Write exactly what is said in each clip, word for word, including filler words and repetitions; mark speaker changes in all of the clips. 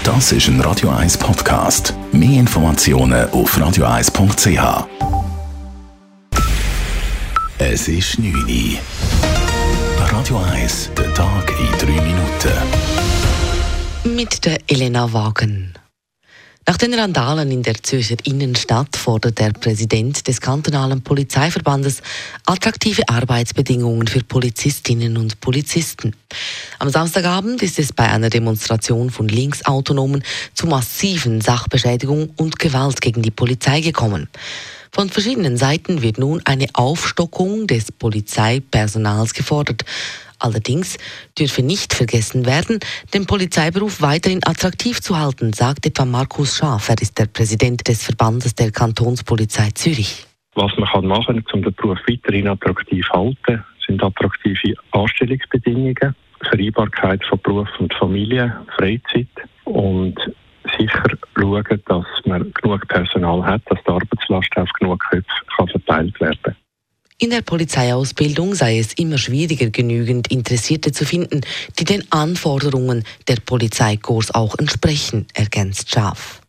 Speaker 1: Das ist ein Radio eins Podcast. Mehr Informationen auf radio eins punkt c h. Es ist neun Uhr. Radio eins, der Tag in drei Minuten.
Speaker 2: Mit der Elena Wagen. Nach den Randalen in der Zürcher Innenstadt fordert der Präsident des kantonalen Polizeiverbandes attraktive Arbeitsbedingungen für Polizistinnen und Polizisten. Am Samstagabend ist es bei einer Demonstration von Linksautonomen zu massiven Sachbeschädigungen und Gewalt gegen die Polizei gekommen. Von verschiedenen Seiten wird nun eine Aufstockung des Polizeipersonals gefordert. Allerdings dürfe nicht vergessen werden, den Polizeiberuf weiterhin attraktiv zu halten, sagt etwa Markus Schaaf. Er ist der Präsident des Verbandes der Kantonspolizei Zürich.
Speaker 3: Was man kann machen kann, um den Beruf weiterhin attraktiv zu halten, sind attraktive Anstellungsbedingungen, Vereinbarkeit von Beruf und Familie, Freizeit und sicher schauen, dass man genug Personal hat, dass die Arbeitslast auf genug Köpfe kann verteilt werden kann.
Speaker 2: In der Polizeiausbildung sei es immer schwieriger, genügend Interessierte zu finden, die den Anforderungen der Polizeikorps auch entsprechen, ergänzt Schaaf.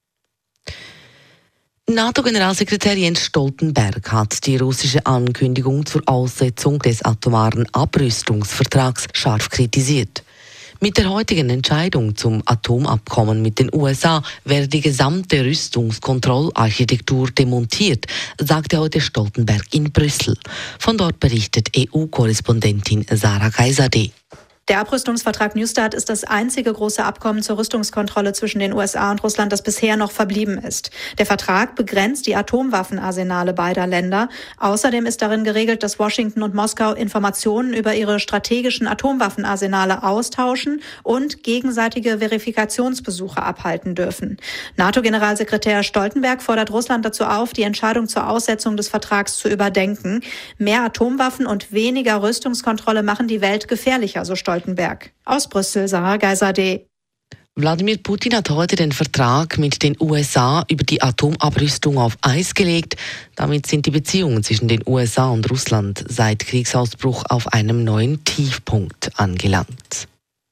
Speaker 2: NATO-Generalsekretär Jens Stoltenberg hat die russische Ankündigung zur Aussetzung des atomaren Abrüstungsvertrags scharf kritisiert. Mit der heutigen Entscheidung zum Atomabkommen mit den U S A werde die gesamte Rüstungskontrollarchitektur demontiert, sagte heute Stoltenberg in Brüssel. Von dort berichtet E U-Korrespondentin Sarah Geiserde.
Speaker 4: Der Abrüstungsvertrag New START ist das einzige große Abkommen zur Rüstungskontrolle zwischen den U S A und Russland, das bisher noch verblieben ist. Der Vertrag begrenzt die Atomwaffenarsenale beider Länder. Außerdem ist darin geregelt, dass Washington und Moskau Informationen über ihre strategischen Atomwaffenarsenale austauschen und gegenseitige Verifikationsbesuche abhalten dürfen. NATO-Generalsekretär Stoltenberg fordert Russland dazu auf, die Entscheidung zur Aussetzung des Vertrags zu überdenken. Mehr Atomwaffen und weniger Rüstungskontrolle machen die Welt gefährlicher, so Stoltenberg. Aus Brüssel, Sarah Geiserde.
Speaker 2: Wladimir Putin hat heute den Vertrag mit den U S A über die Atomabrüstung auf Eis gelegt. Damit sind die Beziehungen zwischen den U S A und Russland seit Kriegsausbruch auf einem neuen Tiefpunkt angelangt.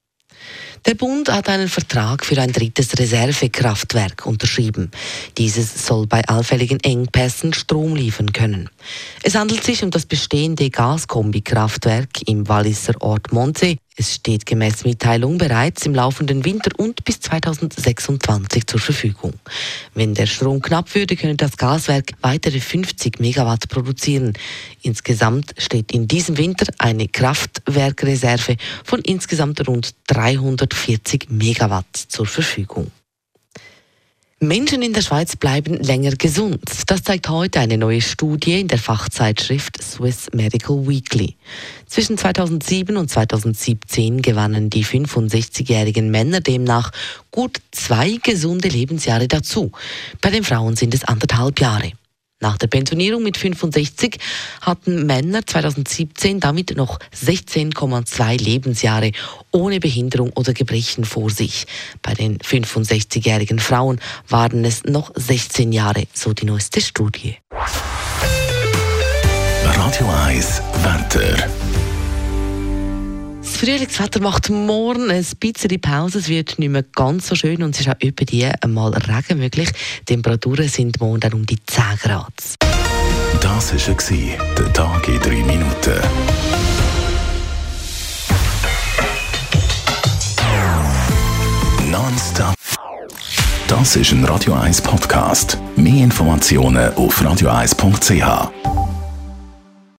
Speaker 2: Der Bund hat einen Vertrag für ein drittes Reservekraftwerk unterschrieben. Dieses soll bei allfälligen Engpässen Strom liefern können. Es handelt sich um das bestehende Gaskombi-Kraftwerk im Walliser Ort Mondsee. Es steht gemäß Mitteilung bereits im laufenden Winter und bis zweitausendsechsundzwanzig zur Verfügung. Wenn der Strom knapp würde, könne das Gaswerk weitere fünfzig Megawatt produzieren. Insgesamt steht in diesem Winter eine Kraftwerkreserve von insgesamt rund dreihundertvierzig Megawatt zur Verfügung. Menschen in der Schweiz bleiben länger gesund. Das zeigt heute eine neue Studie in der Fachzeitschrift Swiss Medical Weekly. Zwischen zweitausendsieben und zweitausendsiebzehn gewannen die fünfundsechzigjährigen Männer demnach gut zwei gesunde Lebensjahre dazu. Bei den Frauen sind es anderthalb Jahre. Nach der Pensionierung mit fünfundsechzig hatten Männer zweitausendsiebzehn damit noch sechzehn Komma zwei Lebensjahre ohne Behinderung oder Gebrechen vor sich. Bei den fünfundsechzigjährigen Frauen waren es noch sechzehn Jahre, so die neueste Studie.
Speaker 1: Radio eins Wetter.
Speaker 2: Das Frühlingswetter macht morgen ein bisschen Pause. Es wird nicht mehr ganz so schön und es ist auch über die einmal Regen möglich. Die Temperaturen sind morgen dann um die zehn Grad.
Speaker 1: Das war der Tag in drei Minuten. Nonstop. Das ist ein Radio eins Podcast. Mehr Informationen auf radio eins punkt c h.